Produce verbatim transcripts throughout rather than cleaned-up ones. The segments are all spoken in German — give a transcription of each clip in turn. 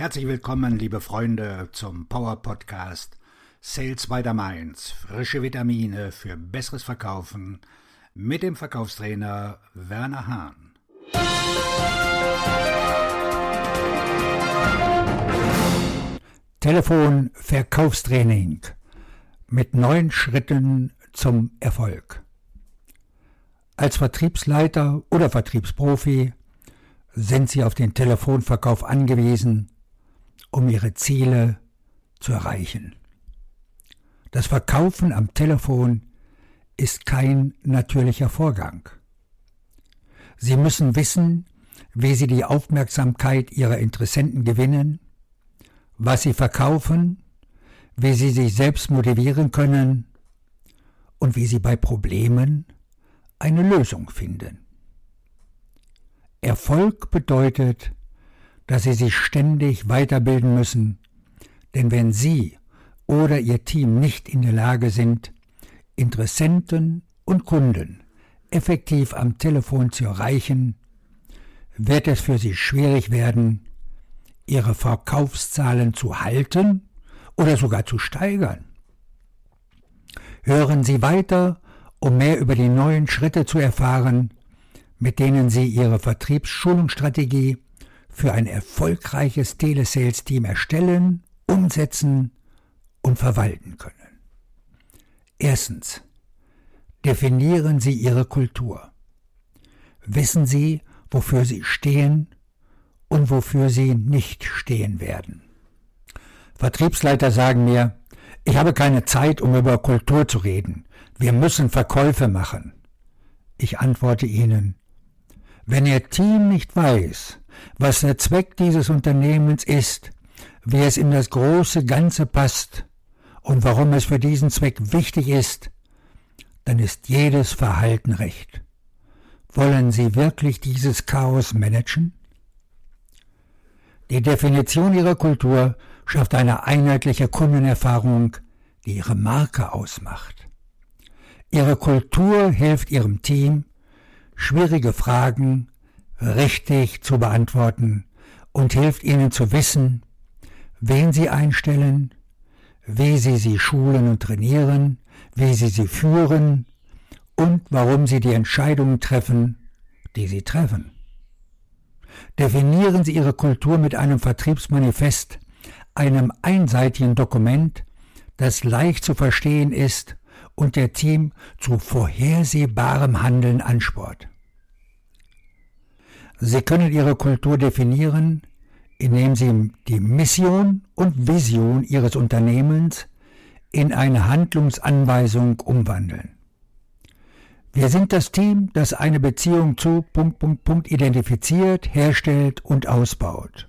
Herzlich willkommen, liebe Freunde, zum Power-Podcast Sales by the Mainz. Frische Vitamine für besseres Verkaufen mit dem Verkaufstrainer Werner Hahn. Telefon-Verkaufstraining mit neun Schritten zum Erfolg. Als Vertriebsleiter oder Vertriebsprofi sind Sie auf den Telefonverkauf angewiesen, um Ihre Ziele zu erreichen. Das Verkaufen am Telefon ist kein natürlicher Vorgang. Sie müssen wissen, wie Sie die Aufmerksamkeit Ihrer Interessenten gewinnen, was Sie verkaufen, wie Sie sich selbst motivieren können und wie Sie bei Problemen eine Lösung finden. Erfolg bedeutet, dass Sie sich ständig weiterbilden müssen, denn wenn Sie oder Ihr Team nicht in der Lage sind, Interessenten und Kunden effektiv am Telefon zu erreichen, wird es für Sie schwierig werden, Ihre Verkaufszahlen zu halten oder sogar zu steigern. Hören Sie weiter, um mehr über die neuen Schritte zu erfahren, mit denen Sie Ihre Vertriebsschulungsstrategie für ein erfolgreiches Telesales-Team erstellen, umsetzen und verwalten können. Erstens. Definieren Sie Ihre Kultur. Wissen Sie, wofür Sie stehen und wofür Sie nicht stehen werden. Vertriebsleiter sagen mir, ich habe keine Zeit, um über Kultur zu reden. Wir müssen Verkäufe machen. Ich antworte Ihnen, wenn Ihr Team nicht weiß, was der Zweck dieses Unternehmens ist, wie es in das große Ganze passt und warum es für diesen Zweck wichtig ist, dann ist jedes Verhalten recht. Wollen Sie wirklich dieses Chaos managen? Die Definition Ihrer Kultur schafft eine einheitliche Kundenerfahrung, die Ihre Marke ausmacht. Ihre Kultur hilft Ihrem Team, schwierige Fragen richtig zu beantworten und hilft Ihnen zu wissen, wen Sie einstellen, wie Sie sie schulen und trainieren, wie Sie sie führen und warum Sie die Entscheidungen treffen, die Sie treffen. Definieren Sie Ihre Kultur mit einem Vertriebsmanifest, einem einseitigen Dokument, das leicht zu verstehen ist und der Team zu vorhersehbarem Handeln anspornt. Sie können Ihre Kultur definieren, indem Sie die Mission und Vision Ihres Unternehmens in eine Handlungsanweisung umwandeln. Wir sind das Team, das eine Beziehung zu Punkt, Punkt, Punkt identifiziert, herstellt und ausbaut.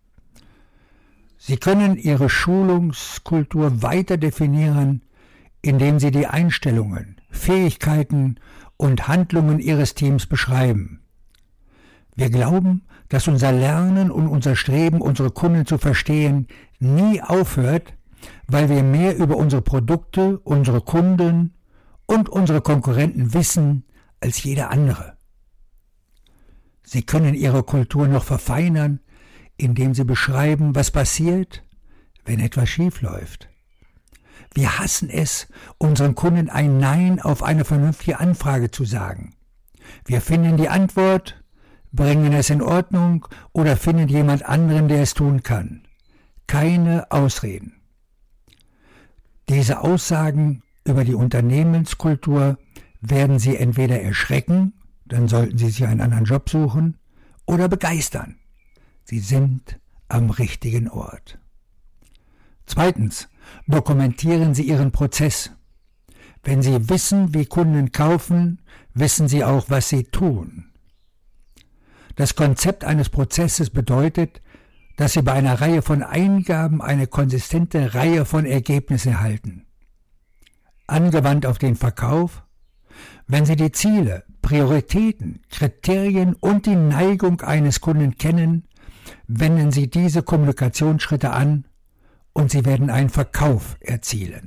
Sie können Ihre Schulungskultur weiter definieren, indem Sie die Einstellungen, Fähigkeiten und Handlungen Ihres Teams beschreiben. Wir glauben, dass unser Lernen und unser Streben, unsere Kunden zu verstehen, nie aufhört, weil wir mehr über unsere Produkte, unsere Kunden und unsere Konkurrenten wissen als jeder andere. Sie können Ihre Kultur noch verfeinern, indem Sie beschreiben, was passiert, wenn etwas schief läuft. Wir hassen es, unseren Kunden ein Nein auf eine vernünftige Anfrage zu sagen. Wir finden die Antwort, bringen es in Ordnung oder finden jemand anderen, der es tun kann. Keine Ausreden. Diese Aussagen über die Unternehmenskultur werden Sie entweder erschrecken, dann sollten Sie sich einen anderen Job suchen, oder begeistern. Sie sind am richtigen Ort. Zweitens, dokumentieren Sie Ihren Prozess. Wenn Sie wissen, wie Kunden kaufen, wissen Sie auch, was sie tun. Das Konzept eines Prozesses bedeutet, dass Sie bei einer Reihe von Eingaben eine konsistente Reihe von Ergebnissen erhalten. Angewandt auf den Verkauf, wenn Sie die Ziele, Prioritäten, Kriterien und die Neigung eines Kunden kennen, wenden Sie diese Kommunikationsschritte an und Sie werden einen Verkauf erzielen.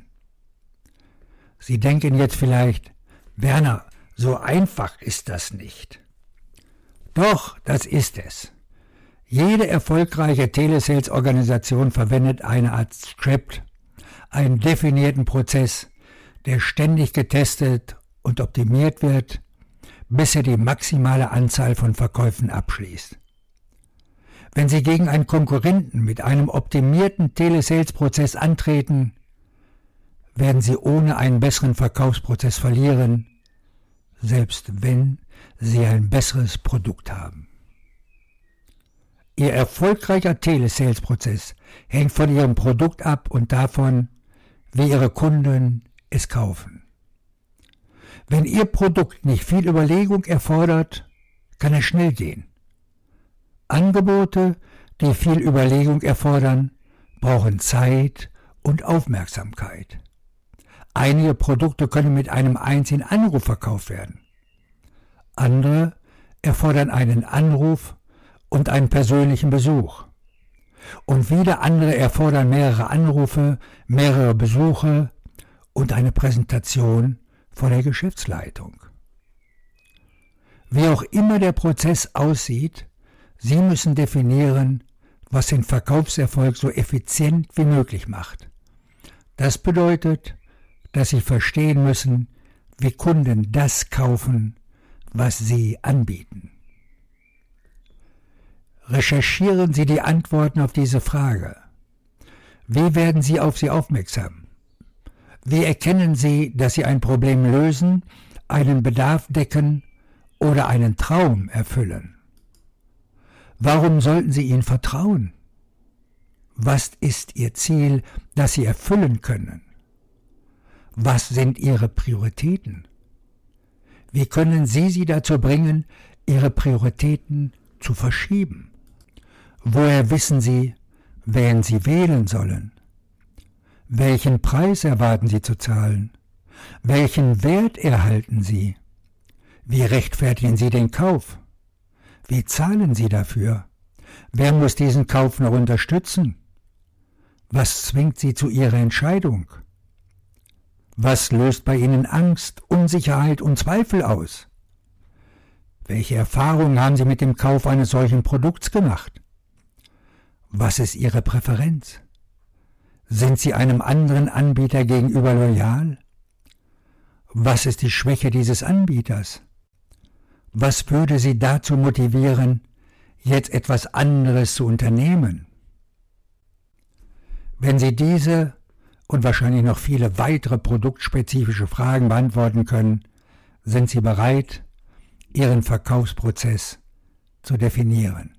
Sie denken jetzt vielleicht, Werner, so einfach ist das nicht. Doch, das ist es. Jede erfolgreiche Telesales-Organisation verwendet eine Art Skript, einen definierten Prozess, der ständig getestet und optimiert wird, bis er die maximale Anzahl von Verkäufen abschließt. Wenn Sie gegen einen Konkurrenten mit einem optimierten Telesales-Prozess antreten, werden Sie ohne einen besseren Verkaufsprozess verlieren, selbst wenn Sie ein besseres Produkt haben. Ihr erfolgreicher Telesales-Prozess hängt von Ihrem Produkt ab und davon, wie Ihre Kunden es kaufen. Wenn Ihr Produkt nicht viel Überlegung erfordert, kann es schnell gehen. Angebote, die viel Überlegung erfordern, brauchen Zeit und Aufmerksamkeit. Einige Produkte können mit einem einzigen Anruf verkauft werden. Andere erfordern einen Anruf und einen persönlichen Besuch. Und wieder andere erfordern mehrere Anrufe, mehrere Besuche und eine Präsentation vor der Geschäftsleitung. Wie auch immer der Prozess aussieht, Sie müssen definieren, was den Verkaufserfolg so effizient wie möglich macht. Das bedeutet, dass Sie verstehen müssen, wie Kunden das kaufen, was Sie anbieten. Recherchieren Sie die Antworten auf diese Frage. Wie werden Sie auf sie aufmerksam? Wie erkennen Sie, dass Sie ein Problem lösen, einen Bedarf decken oder einen Traum erfüllen? Warum sollten Sie ihnen vertrauen? Was ist Ihr Ziel, das Sie erfüllen können? Was sind Ihre Prioritäten? Wie können Sie sie dazu bringen, Ihre Prioritäten zu verschieben? Woher wissen Sie, wen Sie wählen sollen? Welchen Preis erwarten Sie zu zahlen? Welchen Wert erhalten Sie? Wie rechtfertigen Sie den Kauf? Wie zahlen Sie dafür? Wer muss diesen Kauf noch unterstützen? Was zwingt Sie zu Ihrer Entscheidung? Was löst bei Ihnen Angst, Unsicherheit und Zweifel aus? Welche Erfahrungen haben Sie mit dem Kauf eines solchen Produkts gemacht? Was ist Ihre Präferenz? Sind Sie einem anderen Anbieter gegenüber loyal? Was ist die Schwäche dieses Anbieters? Was würde Sie dazu motivieren, jetzt etwas anderes zu unternehmen? Wenn Sie diese und wahrscheinlich noch viele weitere produktspezifische Fragen beantworten können, sind Sie bereit, Ihren Verkaufsprozess zu definieren.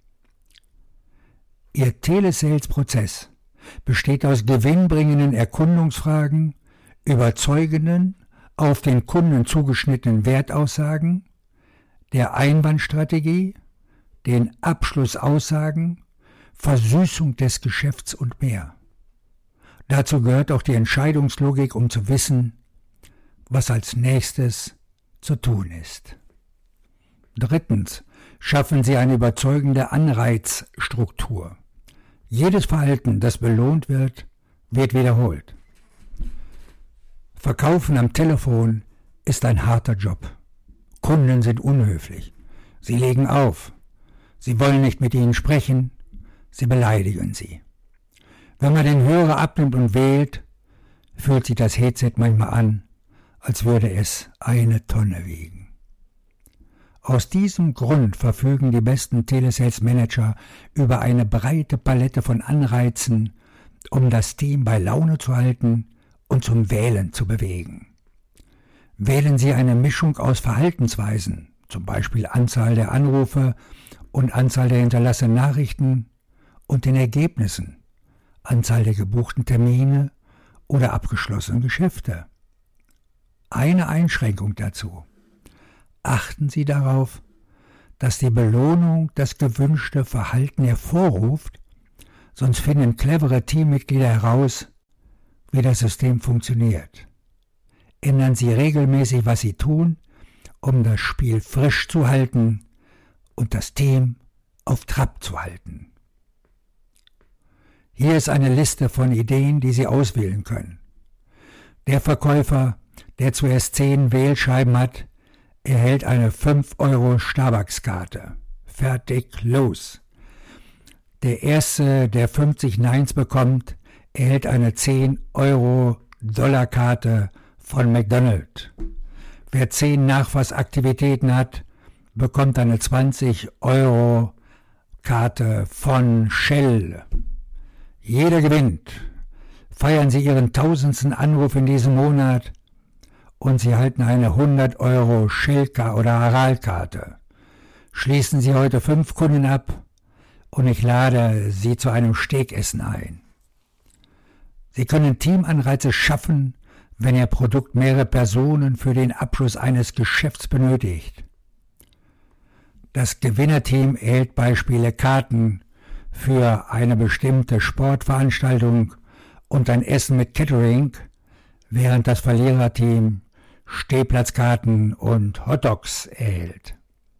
Ihr Telesales-Prozess besteht aus gewinnbringenden Erkundungsfragen, überzeugenden, auf den Kunden zugeschnittenen Wertaussagen, der Einwandstrategie, den Abschlussaussagen, Versüßung des Geschäfts und mehr. Dazu gehört auch die Entscheidungslogik, um zu wissen, was als nächstes zu tun ist. Drittens, schaffen Sie eine überzeugende Anreizstruktur. Jedes Verhalten, das belohnt wird, wird wiederholt. Verkaufen am Telefon ist ein harter Job. Kunden sind unhöflich. Sie legen auf. Sie wollen nicht mit Ihnen sprechen. Sie beleidigen Sie. Wenn man den Hörer abnimmt und wählt, fühlt sich das Headset manchmal an, als würde es eine Tonne wiegen. Aus diesem Grund verfügen die besten Telesales-Manager über eine breite Palette von Anreizen, um das Team bei Laune zu halten und zum Wählen zu bewegen. Wählen Sie eine Mischung aus Verhaltensweisen, zum Beispiel Anzahl der Anrufe und Anzahl der hinterlassenen Nachrichten, und den Ergebnissen, Anzahl der gebuchten Termine oder abgeschlossenen Geschäfte. Eine Einschränkung dazu. Achten Sie darauf, dass die Belohnung das gewünschte Verhalten hervorruft, sonst finden clevere Teammitglieder heraus, wie das System funktioniert. Ändern Sie regelmäßig, was Sie tun, um das Spiel frisch zu halten und das Team auf Trab zu halten. Hier ist eine Liste von Ideen, die Sie auswählen können. Der Verkäufer, der zuerst zehn Wählscheiben hat, erhält eine fünf Euro Starbucks-Karte. Fertig, los. Der Erste, der fünfzig Neins bekommt, erhält eine zehn-Euro-Dollar-Karte von McDonald's. Wer zehn Nachfassaktivitäten hat, bekommt eine zwanzig-Euro-Karte von Shell. Jeder gewinnt. Feiern Sie Ihren tausendsten Anruf in diesem Monat und Sie erhalten eine hundert-Euro Shell- oder Aral-Karte. Schließen Sie heute fünf Kunden ab und ich lade Sie zu einem Steakessen ein. Sie können Teamanreize schaffen, wenn Ihr Produkt mehrere Personen für den Abschluss eines Geschäfts benötigt. Das Gewinnerteam erhält Beispiele Karten für eine bestimmte Sportveranstaltung und ein Essen mit Catering, während das Verliererteam Stehplatzkarten und Hotdogs erhält.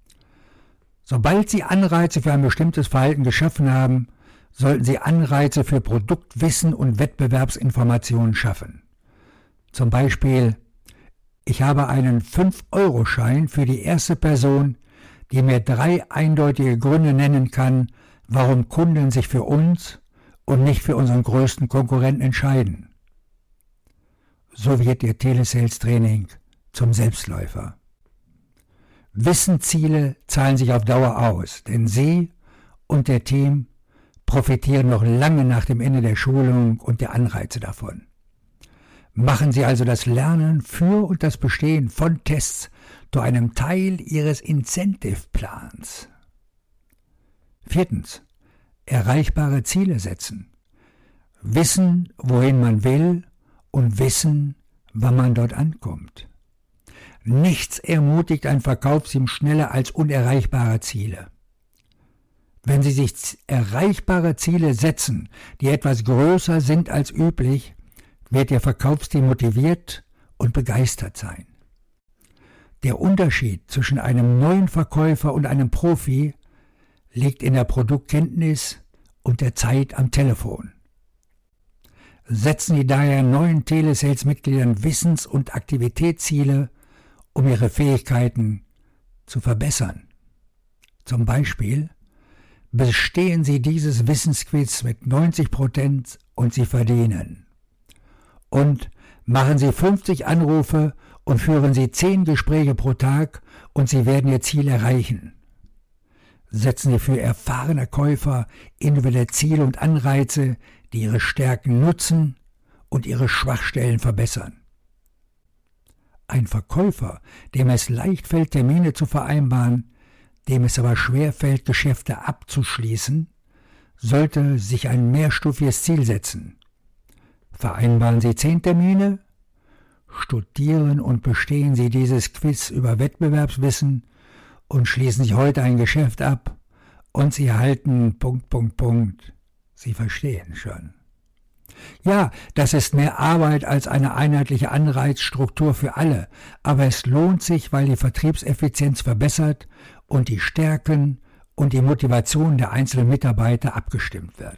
Sobald Sie Anreize für ein bestimmtes Verhalten geschaffen haben, sollten Sie Anreize für Produktwissen und Wettbewerbsinformationen schaffen. Zum Beispiel, ich habe einen fünf-Euro-Schein für die erste Person, die mir drei eindeutige Gründe nennen kann, warum Kunden sich für uns und nicht für unseren größten Konkurrenten entscheiden. So wird Ihr Telesales-Training zum Selbstläufer. Wissensziele zahlen sich auf Dauer aus, denn Sie und der Team profitieren noch lange nach dem Ende der Schulung und der Anreize davon. Machen Sie also das Lernen für und das Bestehen von Tests zu einem Teil Ihres Incentive-Plans. Viertens. Erreichbare Ziele setzen. Wissen, wohin man will und wissen, wann man dort ankommt. Nichts ermutigt ein Verkaufsteam schneller als unerreichbare Ziele. Wenn Sie sich erreichbare Ziele setzen, die etwas größer sind als üblich, wird Ihr Verkaufsteam motiviert und begeistert sein. Der Unterschied zwischen einem neuen Verkäufer und einem Profi liegt in der Produktkenntnis und der Zeit am Telefon. Setzen Sie daher neuen Telesales-Mitgliedern Wissens- und Aktivitätsziele, um ihre Fähigkeiten zu verbessern. Zum Beispiel bestehen Sie dieses Wissensquiz mit neunzig Prozent und Sie verdienen. Und machen Sie fünfzig Anrufe und führen Sie zehn Gespräche pro Tag und Sie werden Ihr Ziel erreichen. Setzen Sie für erfahrene Käufer individuelle Ziele und Anreize, die ihre Stärken nutzen und ihre Schwachstellen verbessern. Ein Verkäufer, dem es leicht fällt, Termine zu vereinbaren, dem es aber schwer fällt, Geschäfte abzuschließen, sollte sich ein mehrstufiges Ziel setzen. Vereinbaren Sie zehn Termine, studieren und bestehen Sie dieses Quiz über Wettbewerbswissen und schließen Sie heute ein Geschäft ab und Sie erhalten Punkt, Punkt, Punkt. Sie verstehen schon. Ja, das ist mehr Arbeit als eine einheitliche Anreizstruktur für alle, aber es lohnt sich, weil die Vertriebseffizienz verbessert und die Stärken und die Motivation der einzelnen Mitarbeiter abgestimmt wird.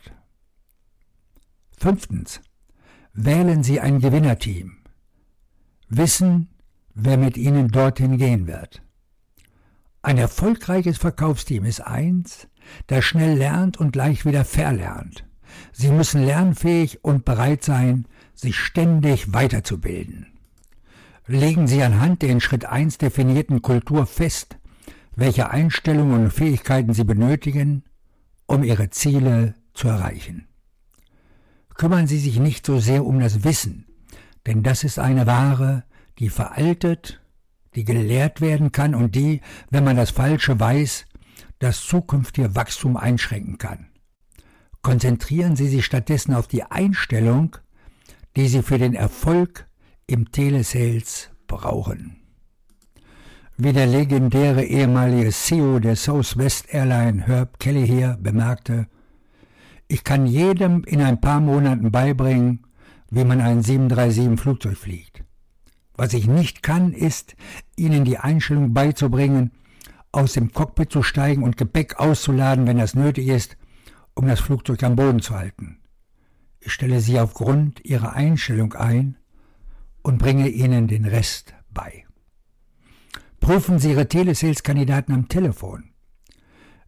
Fünftens. Wählen Sie ein Gewinnerteam. Wissen, wer mit Ihnen dorthin gehen wird. Ein erfolgreiches Verkaufsteam ist eins, das schnell lernt und leicht wieder verlernt. Sie müssen lernfähig und bereit sein, sich ständig weiterzubilden. Legen Sie anhand der in Schritt eins definierten Kultur fest, welche Einstellungen und Fähigkeiten Sie benötigen, um Ihre Ziele zu erreichen. Kümmern Sie sich nicht so sehr um das Wissen, denn das ist eine Ware, die veraltet, die gelehrt werden kann und die, wenn man das Falsche weiß, das zukünftige Wachstum einschränken kann. Konzentrieren Sie sich stattdessen auf die Einstellung, die Sie für den Erfolg im Telesales brauchen. Wie der legendäre ehemalige C E O der Southwest Airline Herb Kelly hier bemerkte, ich kann jedem in ein paar Monaten beibringen, wie man ein sieben drei sieben Flugzeug fliegt. Was ich nicht kann, ist, Ihnen die Einstellung beizubringen, aus dem Cockpit zu steigen und Gepäck auszuladen, wenn das nötig ist, um das Flugzeug am Boden zu halten. Ich stelle Sie aufgrund Ihrer Einstellung ein und bringe Ihnen den Rest bei. Prüfen Sie Ihre Telesales-Kandidaten am Telefon.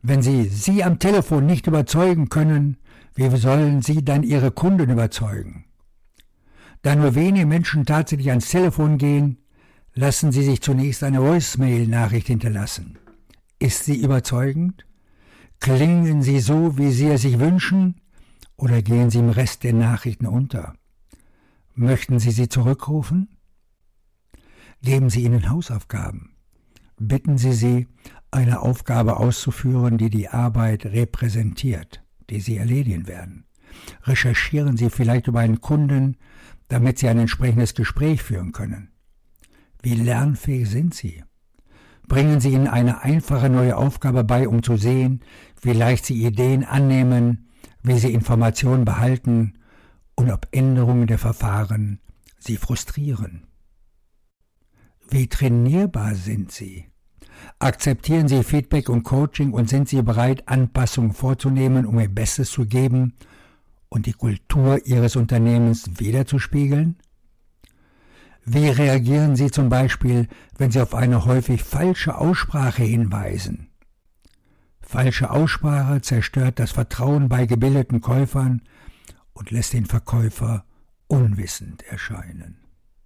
Wenn Sie Sie am Telefon nicht überzeugen können, wie sollen Sie dann Ihre Kunden überzeugen? Da nur wenige Menschen tatsächlich ans Telefon gehen, lassen Sie sich zunächst eine Voicemail-Nachricht hinterlassen. Ist sie überzeugend? Klingen sie so, wie Sie es sich wünschen, oder gehen sie im Rest der Nachrichten unter? Möchten Sie sie zurückrufen? Geben Sie ihnen Hausaufgaben. Bitten Sie sie, eine Aufgabe auszuführen, die die Arbeit repräsentiert, die Sie erledigen werden. Recherchieren Sie vielleicht über einen Kunden, damit Sie ein entsprechendes Gespräch führen können. Wie lernfähig sind Sie? Bringen Sie ihnen eine einfache neue Aufgabe bei, um zu sehen, wie leicht Sie Ideen annehmen, wie Sie Informationen behalten und ob Änderungen der Verfahren Sie frustrieren. Wie trainierbar sind Sie? Akzeptieren Sie Feedback und Coaching und sind Sie bereit, Anpassungen vorzunehmen, um Ihr Bestes zu geben und die Kultur Ihres Unternehmens widerzuspiegeln? Wie reagieren Sie zum Beispiel, wenn Sie auf eine häufig falsche Aussprache hinweisen? Falsche Aussprache zerstört das Vertrauen bei gebildeten Käufern und lässt den Verkäufer unwissend erscheinen.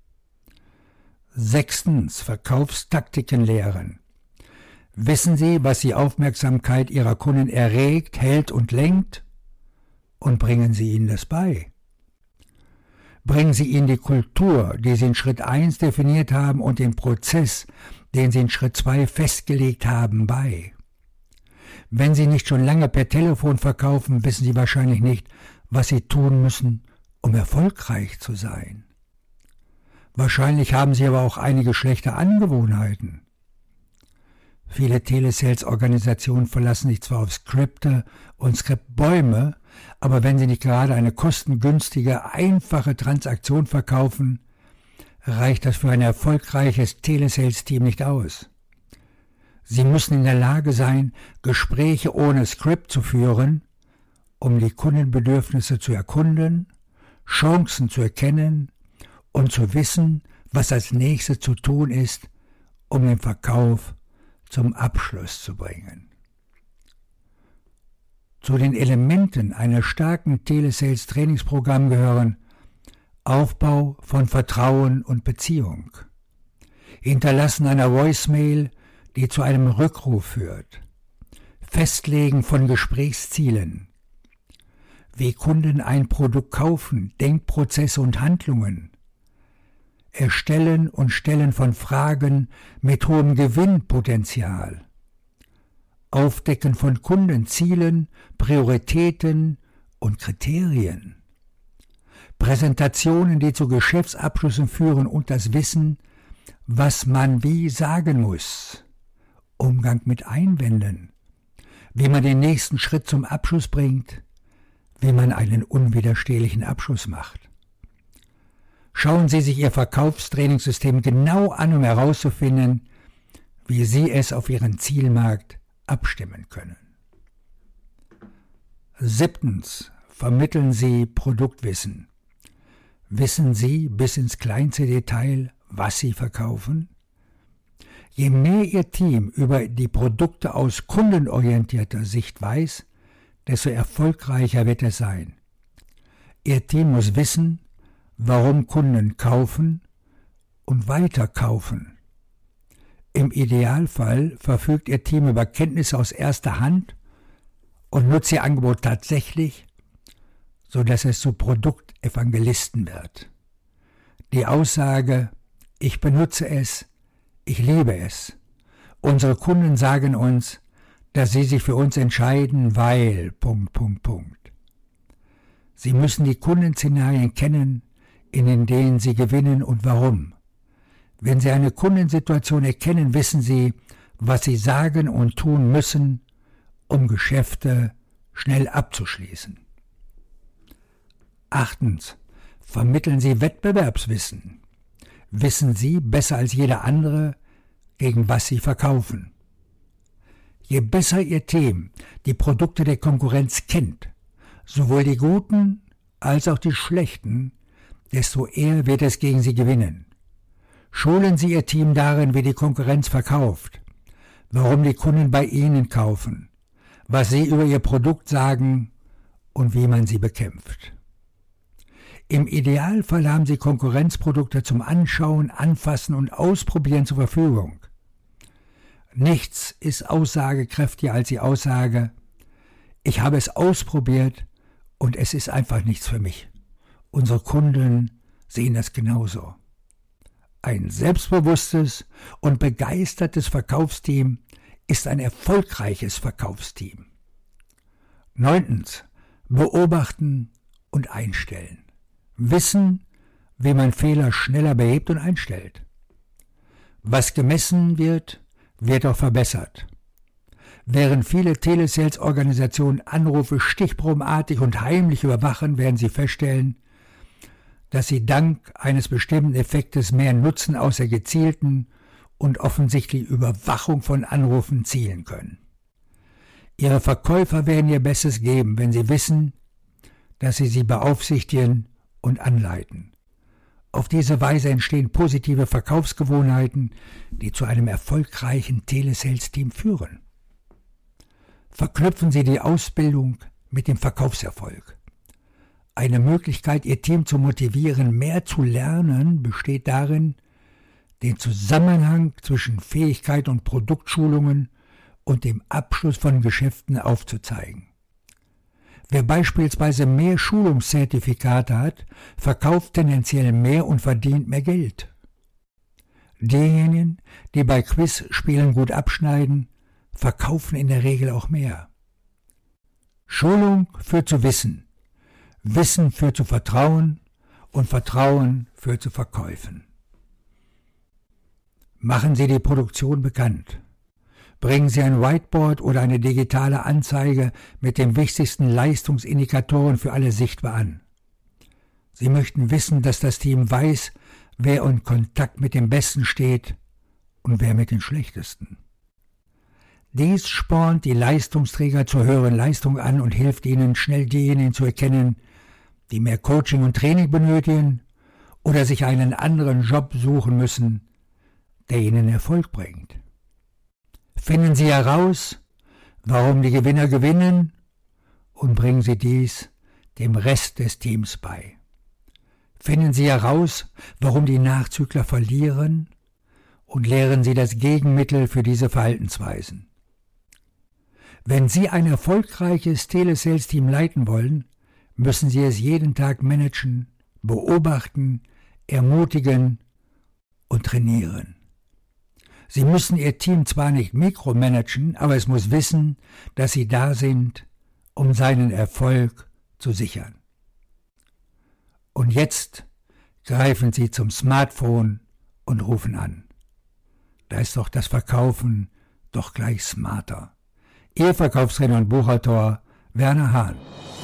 Sechstens. Verkaufstaktiken lehren. Wissen Sie, was die Aufmerksamkeit Ihrer Kunden erregt, hält und lenkt? Und bringen Sie ihnen das bei. Bringen Sie ihnen die Kultur, die Sie in Schritt eins definiert haben, und den Prozess, den Sie in Schritt zwei festgelegt haben, bei. Wenn Sie nicht schon lange per Telefon verkaufen, wissen Sie wahrscheinlich nicht, was Sie tun müssen, um erfolgreich zu sein. Wahrscheinlich haben Sie aber auch einige schlechte Angewohnheiten. Viele Telesales-Organisationen verlassen sich zwar auf Skripte und Skriptbäume, aber wenn sie nicht gerade eine kostengünstige, einfache Transaktion verkaufen, reicht das für ein erfolgreiches Telesales-Team nicht aus. Sie müssen in der Lage sein, Gespräche ohne Skript zu führen, um die Kundenbedürfnisse zu erkunden, Chancen zu erkennen und zu wissen, was als nächstes zu tun ist, um den Verkauf zum Abschluss zu bringen. Zu den Elementen eines starken Telesales-Trainingsprogramms gehören Aufbau von Vertrauen und Beziehung, Hinterlassen einer Voicemail, die zu einem Rückruf führt, Festlegen von Gesprächszielen, wie Kunden ein Produkt kaufen, Denkprozesse und Handlungen, Erstellen und Stellen von Fragen mit hohem Gewinnpotenzial, Aufdecken von Kundenzielen, Prioritäten und Kriterien, Präsentationen, die zu Geschäftsabschlüssen führen und das Wissen, was man wie sagen muss, Umgang mit Einwänden, wie man den nächsten Schritt zum Abschluss bringt, wie man einen unwiderstehlichen Abschluss macht. Schauen Sie sich Ihr Verkaufstrainingssystem genau an, um herauszufinden, wie Sie es auf Ihren Zielmarkt abstimmen können. Siebtens. Vermitteln Sie Produktwissen. Wissen Sie bis ins kleinste Detail, was Sie verkaufen? Je mehr Ihr Team über die Produkte aus kundenorientierter Sicht weiß, desto erfolgreicher wird es sein. Ihr Team muss wissen, warum Kunden kaufen und weiterkaufen. Im Idealfall verfügt Ihr Team über Kenntnisse aus erster Hand und nutzt Ihr Angebot tatsächlich, sodass es zu Produktevangelisten wird. Die Aussage, ich benutze es, ich liebe es. Unsere Kunden sagen uns, dass sie sich für uns entscheiden, weil... Punkt, Punkt, Punkt. Sie müssen die Kundenszenarien kennen, in denen Sie gewinnen und warum. Wenn Sie eine Kundensituation erkennen, wissen Sie, was Sie sagen und tun müssen, um Geschäfte schnell abzuschließen. Achtens. Vermitteln Sie Wettbewerbswissen. Wissen Sie besser als jeder andere, gegen was Sie verkaufen. Je besser Ihr Team die Produkte der Konkurrenz kennt, sowohl die guten als auch die schlechten, desto eher wird es gegen Sie gewinnen. Schulen Sie Ihr Team darin, wie die Konkurrenz verkauft, warum die Kunden bei Ihnen kaufen, was Sie über Ihr Produkt sagen und wie man sie bekämpft. Im Idealfall haben Sie Konkurrenzprodukte zum Anschauen, Anfassen und Ausprobieren zur Verfügung. Nichts ist aussagekräftiger als die Aussage, ich habe es ausprobiert und es ist einfach nichts für mich. Unsere Kunden sehen das genauso. Ein selbstbewusstes und begeistertes Verkaufsteam ist ein erfolgreiches Verkaufsteam. Neuntens. Beobachten und einstellen. Wissen, wie man Fehler schneller behebt und einstellt. Was gemessen wird, wird auch verbessert. Während viele Telesales-Organisationen Anrufe stichprobenartig und heimlich überwachen, werden sie feststellen, dass sie dank eines bestimmten Effektes mehr Nutzen aus der gezielten und offensichtlich Überwachung von Anrufen zielen können. Ihre Verkäufer werden ihr Bestes geben, wenn sie wissen, dass sie sie beaufsichtigen und anleiten. Auf diese Weise entstehen positive Verkaufsgewohnheiten, die zu einem erfolgreichen Telesales-Team führen. Verknüpfen Sie die Ausbildung mit dem Verkaufserfolg. Eine Möglichkeit, Ihr Team zu motivieren, mehr zu lernen, besteht darin, den Zusammenhang zwischen Fähigkeit und Produktschulungen und dem Abschluss von Geschäften aufzuzeigen. Wer beispielsweise mehr Schulungszertifikate hat, verkauft tendenziell mehr und verdient mehr Geld. Diejenigen, die bei Quizspielen gut abschneiden, verkaufen in der Regel auch mehr. Schulung führt zu Wissen, Wissen führt zu Vertrauen und Vertrauen führt zu Verkäufen. Machen Sie die Produktion bekannt. Bringen Sie ein Whiteboard oder eine digitale Anzeige mit den wichtigsten Leistungsindikatoren für alle sichtbar an. Sie möchten wissen, dass das Team weiß, wer in Kontakt mit dem Besten steht und wer mit den Schlechtesten. Dies spornt die Leistungsträger zur höheren Leistung an und hilft ihnen, schnell diejenigen zu erkennen, die mehr Coaching und Training benötigen oder sich einen anderen Job suchen müssen, der ihnen Erfolg bringt. Finden Sie heraus, warum die Gewinner gewinnen und bringen Sie dies dem Rest des Teams bei. Finden Sie heraus, warum die Nachzügler verlieren und lehren Sie das Gegenmittel für diese Verhaltensweisen. Wenn Sie ein erfolgreiches Telesales-Team leiten wollen, müssen Sie es jeden Tag managen, beobachten, ermutigen und trainieren. Sie müssen Ihr Team zwar nicht mikromanagen, aber es muss wissen, dass Sie da sind, um seinen Erfolg zu sichern. Und jetzt greifen Sie zum Smartphone und rufen an. Da ist doch das Verkaufen doch gleich smarter. Ihr Verkaufstrainer und Buchautor Werner Hahn.